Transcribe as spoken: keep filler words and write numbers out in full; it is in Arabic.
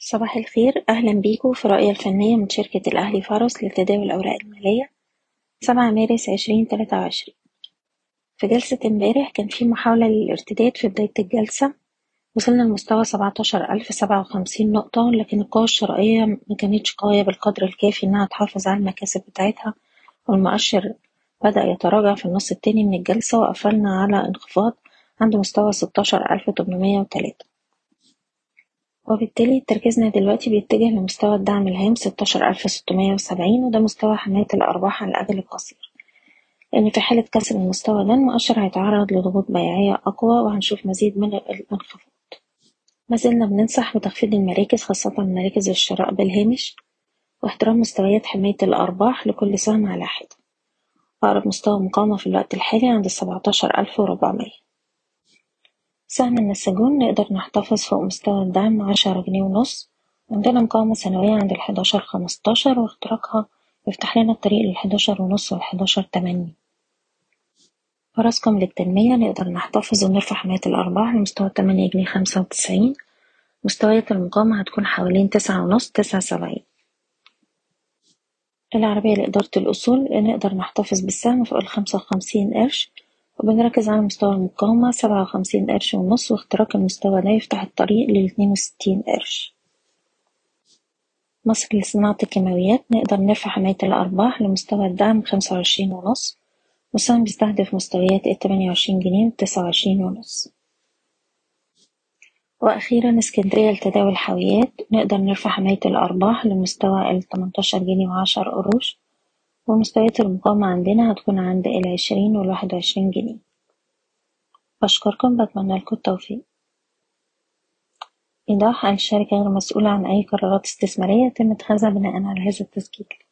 صباح الخير، أهلا بيكم في رؤية الفنية من شركة الأهلي فارس لتداول الأوراق المالية سبعة مارس عشرين تلاتة وعشرين. في جلسة امبارح كان في محاولة للارتداد في بداية الجلسة، وصلنا لمستوى سبعتاشر ألف سبعة وخمسين نقطة، لكن القوة الشرائية مكانتش قوية بالقدر الكافي إنها تحافظ على المكاسب بتاعتها، والمؤشر بدأ يتراجع في النص التاني من الجلسة، وقفلنا على انخفاض عند مستوى ستاشر ألف تمنمية وتلاتة، وبالتالي تركيزنا دلوقتي بيتجه لمستوى الدعم الهام ستاشر ألف ستمية وسبعين، وده مستوى حماية الأرباح على الأجل القصير، لأن في حالة كسر المستوى ده المؤشر هيتعرض لضغوط بيعية أقوى وهنشوف مزيد من الانخفاض. ما زلنا بننصح بتخفيض المراكز، خاصة مراكز الشراء بالهامش، واحترام مستويات حماية الأرباح لكل سهم على حدة. أقرب مستوى مقاومة في الوقت الحالي عند السبعتاشر ألف وربعمية. سهم النساجون نقدر نحتفظ فوق مستوى الدعم عشرة جنيه ونص، عندنا مقاومة سنوية عند الحداشر خمستاشر، واختراقها يفتح لنا الطريق للحداشر ونص والحداشر تمانين. فرصكم للتنمية نقدر نحتفظ ونرفع حماية الأرباح لمستوى تمانية جنيه خمسة وتسعين، مستويات المقاومة هتكون حوالين تسعة ونص تسعة سبعين. العربية لإدارة الأصول نقدر نحتفظ بالسهم فوق الخمسة وخمسين قرش، وبنركز على مستوى المقاومة سبعة وخمسين قرش ونص، واختراق المستوى ده يفتح الطريق لاتنين وستين قرش. مصر لصناعة الكيماويات نقدر نرفع حماية الأرباح لمستوى الدعم خمسة وعشرين ونص، والسهم بيستهدف مستويات التمانية وعشرين جنيه وتسعة وعشرين ونص. وأخيرا اسكندرية لتداول الحاويات نقدر نرفع حماية الأرباح لمستوى التمنتاشر جنيه وعشر قروش، ومستويات المقاومة عندنا هتكون عند العشرين والواحد وعشرين جنيه. بشكركم، بتمنى لكم التوفيق. إيضاح: الشركة غير مسؤولة عن أي قرارات استثمارية يتم اتخاذها بناء على هذا التسجيل.